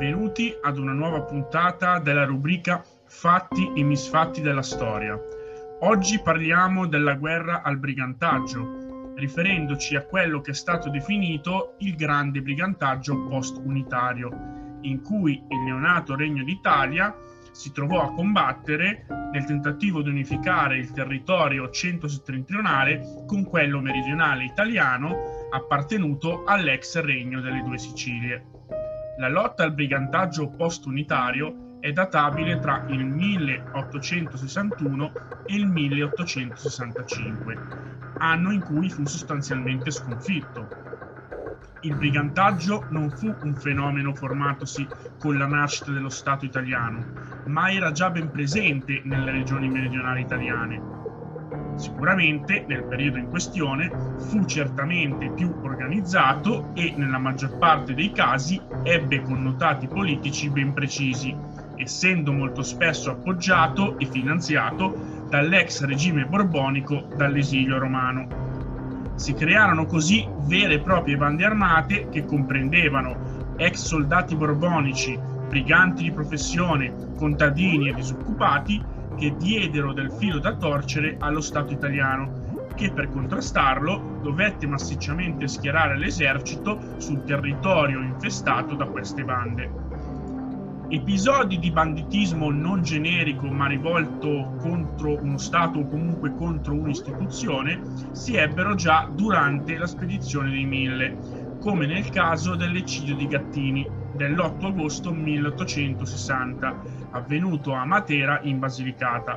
benvenuti ad una nuova puntata della rubrica Fatti e misfatti della storia. Oggi parliamo della guerra al brigantaggio, riferendoci a quello che è stato definito il grande brigantaggio post-unitario, in cui il neonato Regno d'Italia si trovò a combattere nel tentativo di unificare il territorio centro-settentrionale con quello meridionale italiano appartenuto all'ex Regno delle Due Sicilie. La lotta al brigantaggio post-unitario è databile tra il 1861 e il 1865, anno in cui fu sostanzialmente sconfitto. Il brigantaggio non fu un fenomeno formatosi con la nascita dello Stato italiano, ma era già ben presente nelle regioni meridionali italiane. Sicuramente, nel periodo in questione, fu certamente più organizzato e, nella maggior parte dei casi, ebbe connotati politici ben precisi, essendo molto spesso appoggiato e finanziato dall'ex regime borbonico dall'esilio romano. Si crearono così vere e proprie bande armate che comprendevano ex soldati borbonici, briganti di professione, contadini e disoccupati che diedero del filo da torcere allo Stato italiano, che per contrastarlo dovette massicciamente schierare l'esercito sul territorio infestato da queste bande. Episodi di banditismo non generico ma rivolto contro uno Stato o comunque contro un'istituzione si ebbero già durante la spedizione dei Mille, come nel caso dell'eccidio di Gattini dell'8 agosto 1860, avvenuto a Matera in Basilicata.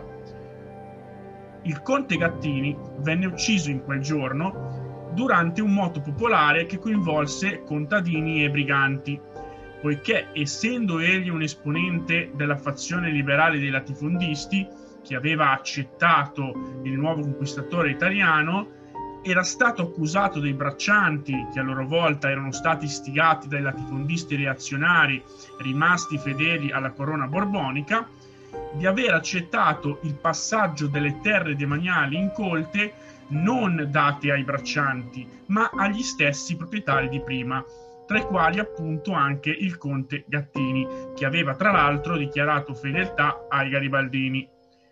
Il conte Gattini venne ucciso in quel giorno durante un moto popolare che coinvolse contadini e briganti, poiché essendo egli un esponente della fazione liberale dei latifondisti, che aveva accettato il nuovo conquistatore italiano, era stato accusato dai braccianti, che a loro volta erano stati istigati dai latifondisti reazionari rimasti fedeli alla corona borbonica, di aver accettato il passaggio delle terre demaniali incolte non date ai braccianti, ma agli stessi proprietari di prima, tra i quali appunto anche il conte Gattini, che aveva tra l'altro dichiarato fedeltà ai garibaldini.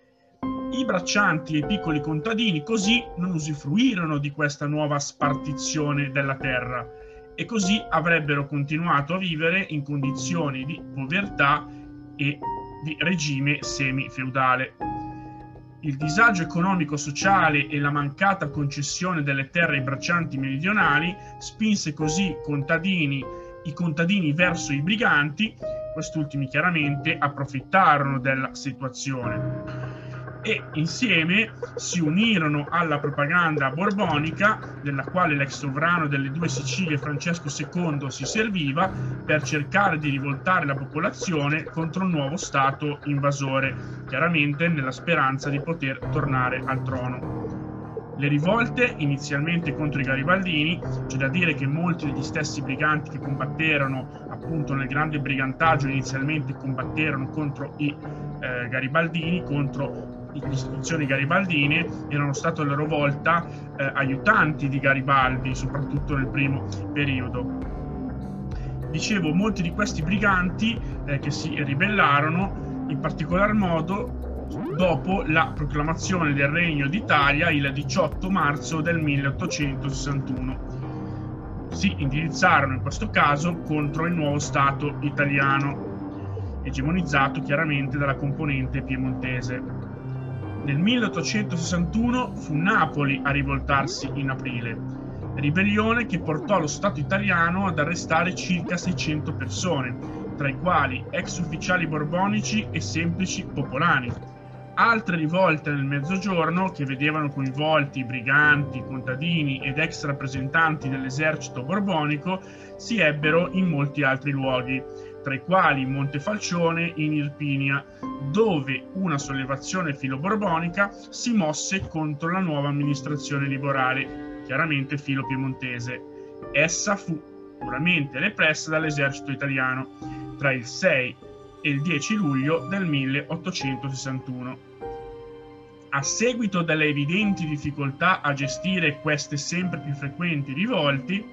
I braccianti e i piccoli contadini così non usufruirono di questa nuova spartizione della terra e così avrebbero continuato a vivere in condizioni di povertà e di regime semi-feudale. Il disagio economico-sociale e la mancata concessione delle terre ai braccianti meridionali spinse così i contadini verso i briganti. Quest'ultimi chiaramente approfittarono della situazione e insieme si unirono alla propaganda borbonica, della quale l'ex sovrano delle Due Sicilie Francesco II si serviva per cercare di rivoltare la popolazione contro il nuovo Stato invasore, chiaramente nella speranza di poter tornare al trono. Le rivolte, inizialmente contro i garibaldini, c'è da dire che molti degli stessi briganti che combatterono appunto nel grande brigantaggio inizialmente combatterono contro i garibaldini, contro le istituzioni garibaldine, erano state a loro volta aiutanti di Garibaldi, soprattutto nel primo periodo. Dicevo, molti di questi briganti che si ribellarono, in particolar modo dopo la proclamazione del Regno d'Italia il 18 marzo del 1861. Si indirizzarono in questo caso contro il nuovo Stato italiano, egemonizzato chiaramente dalla componente piemontese. Nel 1861 fu Napoli a rivoltarsi in aprile, ribellione che portò lo Stato italiano ad arrestare circa 600 persone, tra i quali ex ufficiali borbonici e semplici popolani. Altre rivolte nel Mezzogiorno, che vedevano coinvolti briganti, contadini ed ex rappresentanti dell'esercito borbonico, si ebbero in molti altri luoghi, tra i quali Montefalcione in Irpinia, dove una sollevazione filo-borbonica si mosse contro la nuova amministrazione liberale, chiaramente filo-piemontese. Essa fu duramente repressa dall'esercito italiano tra il 6 e il 10 luglio del 1861. A seguito delle evidenti difficoltà a gestire queste sempre più frequenti rivolte,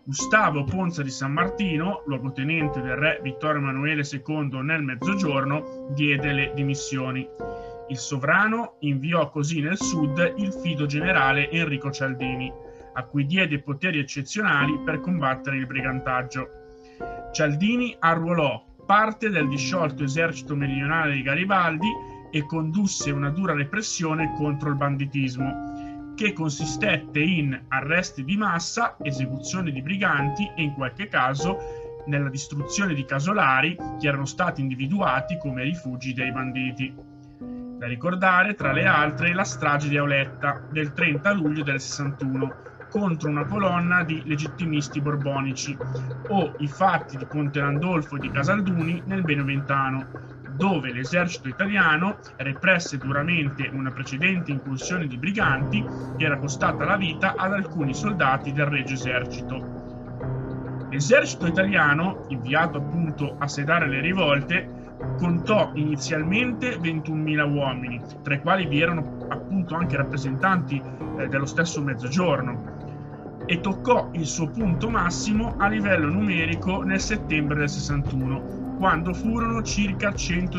Gustavo Ponza di San Martino, luogotenente del re Vittorio Emanuele II nel Mezzogiorno, diede le dimissioni. Il sovrano inviò così nel sud il fido generale Enrico Cialdini, a cui diede poteri eccezionali per combattere il brigantaggio. Cialdini arruolò parte del disciolto esercito meridionale di Garibaldi e condusse una dura repressione contro il banditismo, che consistette in arresti di massa, esecuzione di briganti e in qualche caso nella distruzione di casolari che erano stati individuati come rifugi dei banditi. Da ricordare, tra le altre, la strage di Auletta del 30 luglio del 61 contro una colonna di legittimisti borbonici, o i fatti di Ponte Landolfo e di Casalduni nel Beneventano, dove l'esercito italiano represse duramente una precedente incursione di briganti che era costata la vita ad alcuni soldati del Regio Esercito. L'esercito italiano, inviato appunto a sedare le rivolte, contò inizialmente 21.000 uomini, tra i quali vi erano appunto anche rappresentanti dello stesso Mezzogiorno, e toccò il suo punto massimo a livello numerico nel settembre del 61, quando furono circa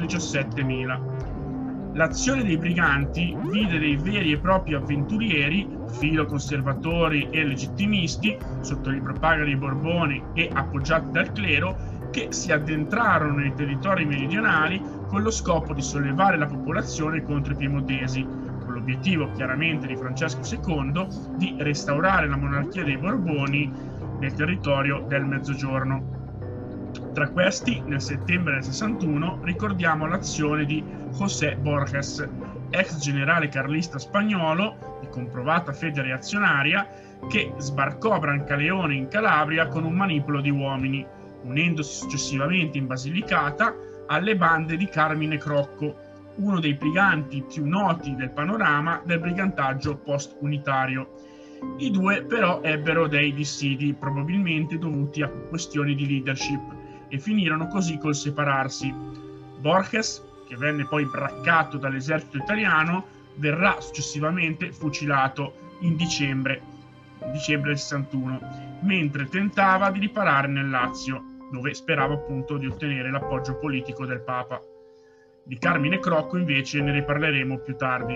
117.000. L'azione dei briganti vide dei veri e propri avventurieri, filoconservatori e legittimisti, sotto l'ipropagare dei Borboni e appoggiati dal clero, che si addentrarono nei territori meridionali con lo scopo di sollevare la popolazione contro i piemontesi, con l'obiettivo chiaramente di Francesco II di restaurare la monarchia dei Borboni nel territorio del Mezzogiorno. Tra questi, nel settembre del 61, ricordiamo l'azione di José Borges, ex generale carlista spagnolo di comprovata fede reazionaria, che sbarcò a Brancaleone in Calabria con un manipolo di uomini, unendosi successivamente in Basilicata alle bande di Carmine Crocco, uno dei briganti più noti del panorama del brigantaggio post-unitario. I due però ebbero dei dissidi, probabilmente dovuti a questioni di leadership, e finirono così col separarsi. Borges, che venne poi braccato dall'esercito italiano, verrà successivamente fucilato in dicembre del 61, mentre tentava di riparare nel Lazio, dove sperava appunto di ottenere l'appoggio politico del Papa. Di Carmine Crocco invece ne riparleremo più tardi.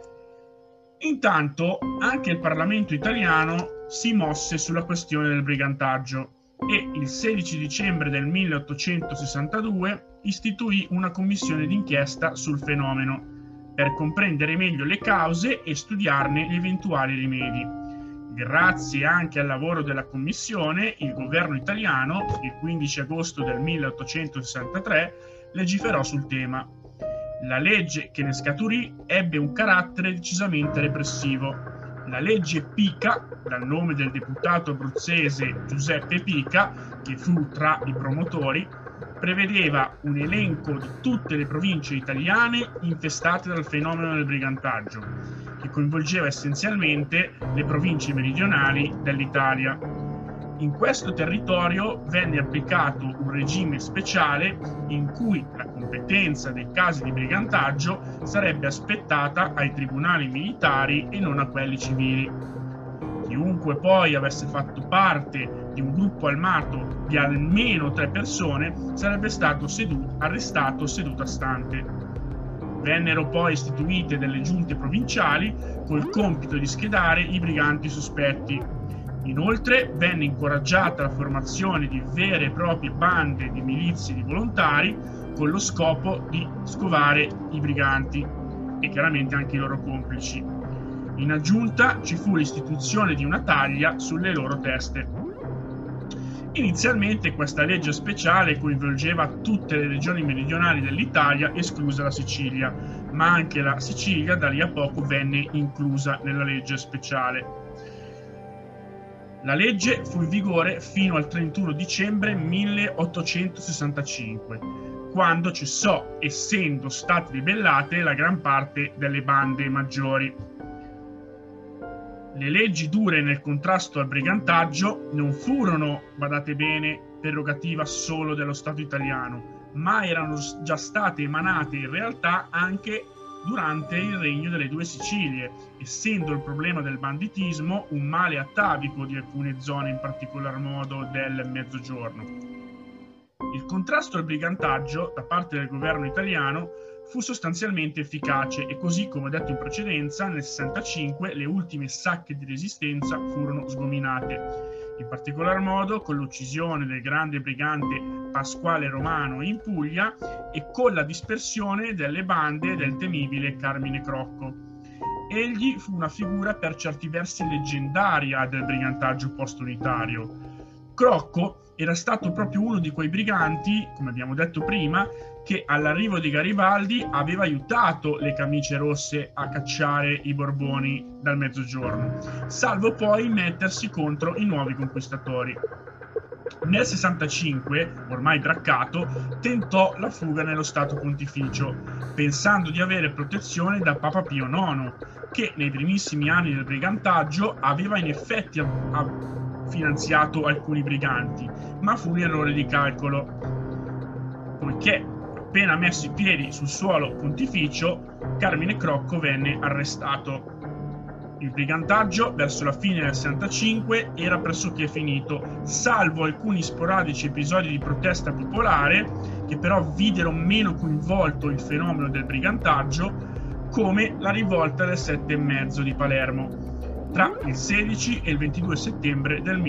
Intanto anche il Parlamento italiano si mosse sulla questione del brigantaggio e il 16 dicembre del 1862 istituì una commissione d'inchiesta sul fenomeno per comprendere meglio le cause e studiarne gli eventuali rimedi. Grazie anche al lavoro della commissione, il governo italiano, il 15 agosto del 1863, legiferò sul tema. La legge che ne scaturì ebbe un carattere decisamente repressivo. La legge Pica, dal nome del deputato abruzzese Giuseppe Pica, che fu tra i promotori, prevedeva un elenco di tutte le province italiane infestate dal fenomeno del brigantaggio, che coinvolgeva essenzialmente le province meridionali dell'Italia. In questo territorio venne applicato un regime speciale in cui la competenza dei casi di brigantaggio sarebbe aspettata ai tribunali militari e non a quelli civili. Chiunque poi avesse fatto parte di un gruppo armato di almeno 3 persone sarebbe stato arrestato seduta stante. Vennero poi istituite delle giunte provinciali col compito di schedare i briganti sospetti. Inoltre venne incoraggiata la formazione di vere e proprie bande di milizie di volontari con lo scopo di scovare i briganti e chiaramente anche i loro complici. In aggiunta ci fu l'istituzione di una taglia sulle loro teste. Inizialmente questa legge speciale coinvolgeva tutte le regioni meridionali dell'Italia, esclusa la Sicilia, ma anche la Sicilia da lì a poco venne inclusa nella legge speciale. La legge fu in vigore fino al 31 dicembre 1865, quando cessò, essendo state ribellate la gran parte delle bande maggiori. Le leggi dure nel contrasto al brigantaggio non furono, badate bene, prerogativa solo dello Stato italiano, ma erano già state emanate in realtà anche durante il regno delle due Sicilie, essendo il problema del banditismo un male atavico di alcune zone, in particolar modo del Mezzogiorno. Il contrasto al brigantaggio da parte del governo italiano fu sostanzialmente efficace e così, come detto in precedenza, nel 65 le ultime sacche di resistenza furono sgominate, in particolar modo con l'uccisione del grande brigante Pasquale Romano in Puglia e con la dispersione delle bande del temibile Carmine Crocco. Egli fu una figura per certi versi leggendaria del brigantaggio post-unitario. Crocco era stato proprio uno di quei briganti, come abbiamo detto prima, che all'arrivo di Garibaldi aveva aiutato le camicie rosse a cacciare i Borboni dal Mezzogiorno, salvo poi mettersi contro i nuovi conquistatori. Nel 65, ormai braccato, tentò la fuga nello Stato Pontificio, pensando di avere protezione da Papa Pio IX, che nei primissimi anni del brigantaggio aveva in effetti finanziato alcuni briganti, ma fu un errore di calcolo, poiché appena messo i piedi sul suolo pontificio, Carmine Crocco venne arrestato. Il brigantaggio, verso la fine del 65, era pressoché finito, salvo alcuni sporadici episodi di protesta popolare, che però videro meno coinvolto il fenomeno del brigantaggio, come la rivolta del 7,5 di Palermo, tra il 16 e il 22 settembre del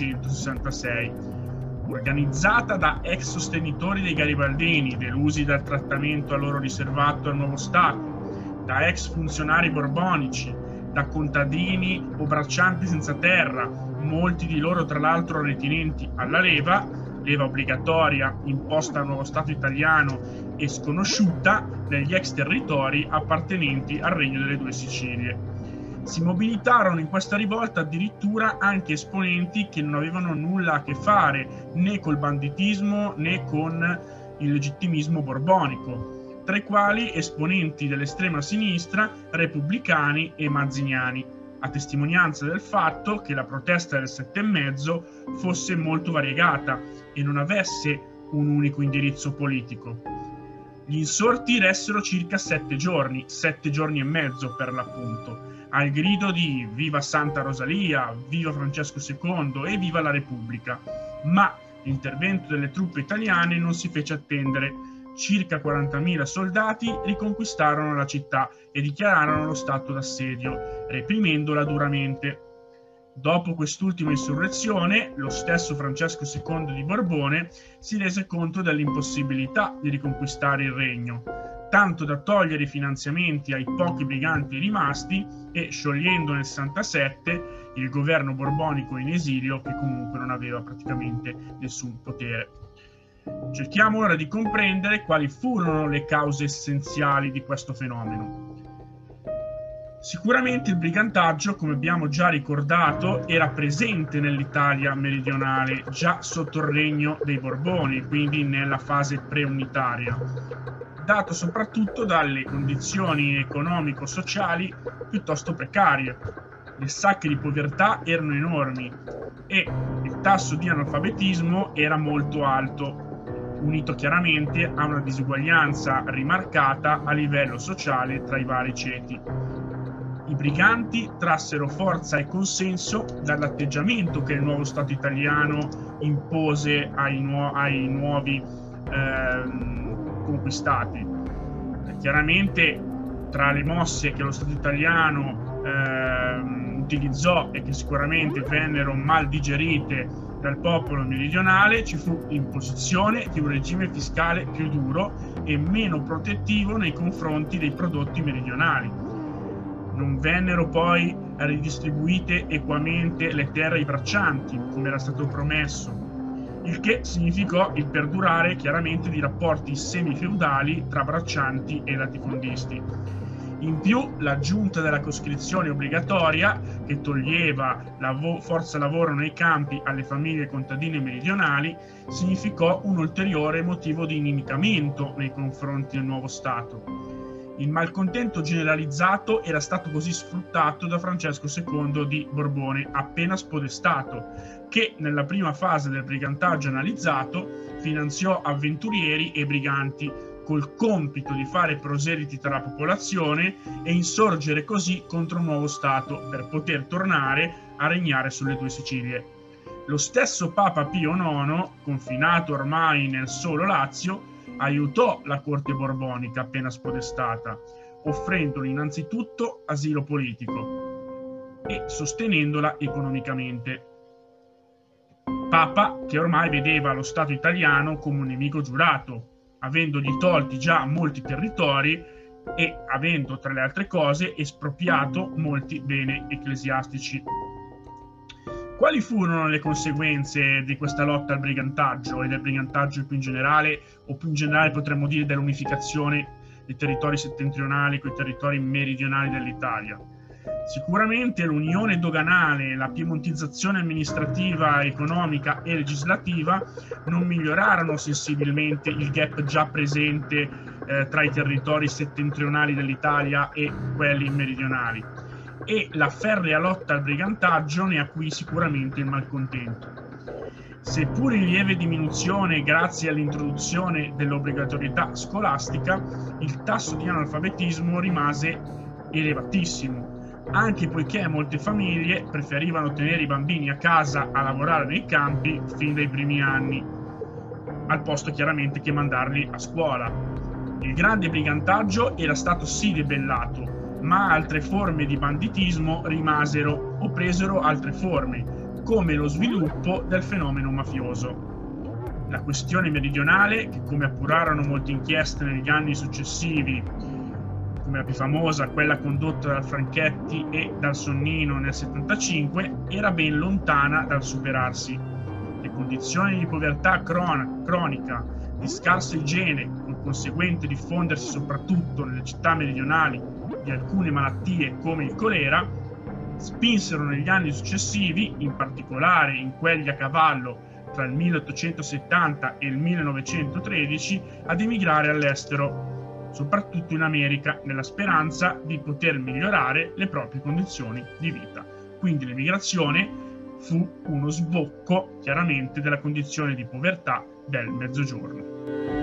1866. Organizzata da ex sostenitori dei garibaldini, delusi dal trattamento a loro riservato al nuovo Stato, da ex funzionari borbonici, da contadini o braccianti senza terra, molti di loro tra l'altro ritinenti alla leva obbligatoria imposta al nuovo Stato italiano e sconosciuta negli ex territori appartenenti al Regno delle Due Sicilie. Si mobilitarono in questa rivolta addirittura anche esponenti che non avevano nulla a che fare né col banditismo né con il legittimismo borbonico, tra i quali esponenti dell'estrema sinistra, repubblicani e mazziniani, a testimonianza del fatto che la protesta del 7,5 fosse molto variegata e non avesse un unico indirizzo politico. Gli insorti ressero circa 7 giorni e mezzo per l'appunto, al grido di Viva Santa Rosalia, Viva Francesco II e Viva la Repubblica, ma l'intervento delle truppe italiane non si fece attendere. Circa 40.000 soldati riconquistarono la città e dichiararono lo stato d'assedio, reprimendola duramente. Dopo quest'ultima insurrezione, lo stesso Francesco II di Borbone si rese conto dell'impossibilità di riconquistare il regno, tanto da togliere i finanziamenti ai pochi briganti rimasti e, sciogliendo nel 67 il governo borbonico in esilio, che comunque non aveva praticamente nessun potere. Cerchiamo ora di comprendere quali furono le cause essenziali di questo fenomeno. Sicuramente il brigantaggio, come abbiamo già ricordato, era presente nell'Italia meridionale già sotto il regno dei Borboni, quindi nella fase preunitaria, dato soprattutto dalle condizioni economico-sociali piuttosto precarie. Le sacche di povertà erano enormi e il tasso di analfabetismo era molto alto, unito chiaramente a una disuguaglianza rimarcata a livello sociale tra i vari ceti. I briganti trassero forza e consenso dall'atteggiamento che il nuovo Stato italiano impose ai nuovi conquistati. Chiaramente tra le mosse che lo Stato italiano utilizzò e che sicuramente vennero mal digerite dal popolo meridionale ci fu l'imposizione di un regime fiscale più duro e meno protettivo nei confronti dei prodotti meridionali. Non vennero poi ridistribuite equamente le terre ai braccianti, come era stato promesso, il che significò il perdurare chiaramente di rapporti semifeudali tra braccianti e latifondisti. In più, l'aggiunta della coscrizione obbligatoria, che toglieva la forza lavoro nei campi alle famiglie contadine meridionali, significò un ulteriore motivo di inimicamento nei confronti del nuovo Stato. Il malcontento generalizzato era stato così sfruttato da Francesco II di Borbone, appena spodestato, che nella prima fase del brigantaggio analizzato finanziò avventurieri e briganti, col compito di fare proseliti tra la popolazione e insorgere così contro un nuovo Stato per poter tornare a regnare sulle due Sicilie. Lo stesso Papa Pio IX, confinato ormai nel solo Lazio, aiutò la corte borbonica appena spodestata, offrendole innanzitutto asilo politico e sostenendola economicamente. Papa che ormai vedeva lo Stato italiano come un nemico giurato, avendogli tolti già molti territori e avendo, tra le altre cose, espropriato molti beni ecclesiastici. Quali furono le conseguenze di questa lotta al brigantaggio e del brigantaggio più in generale, o più in generale potremmo dire dell'unificazione dei territori settentrionali con i territori meridionali dell'Italia? Sicuramente l'unione doganale, la piemontizzazione amministrativa, economica e legislativa non migliorarono sensibilmente il gap già presente tra i territori settentrionali dell'Italia e quelli meridionali, e la ferrea lotta al brigantaggio ne acuì sicuramente il malcontento. Seppur in lieve diminuzione grazie all'introduzione dell'obbligatorietà scolastica, il tasso di analfabetismo rimase elevatissimo, anche poiché molte famiglie preferivano tenere i bambini a casa a lavorare nei campi fin dai primi anni, al posto chiaramente che mandarli a scuola. Il grande brigantaggio era stato sì debellato, ma altre forme di banditismo rimasero o presero altre forme, come lo sviluppo del fenomeno mafioso. La questione meridionale, che come appurarono molte inchieste negli anni successivi, come la più famosa, quella condotta dal Franchetti e dal Sonnino nel 75, era ben lontana dal superarsi. Le condizioni di povertà cronica, di scarsa igiene, con conseguente diffondersi soprattutto nelle città meridionali di alcune malattie come il colera, spinsero negli anni successivi, in particolare in quelli a cavallo tra il 1870 e il 1913, ad emigrare all'estero, soprattutto in America, nella speranza di poter migliorare le proprie condizioni di vita. Quindi l'emigrazione fu uno sbocco chiaramente della condizione di povertà del Mezzogiorno.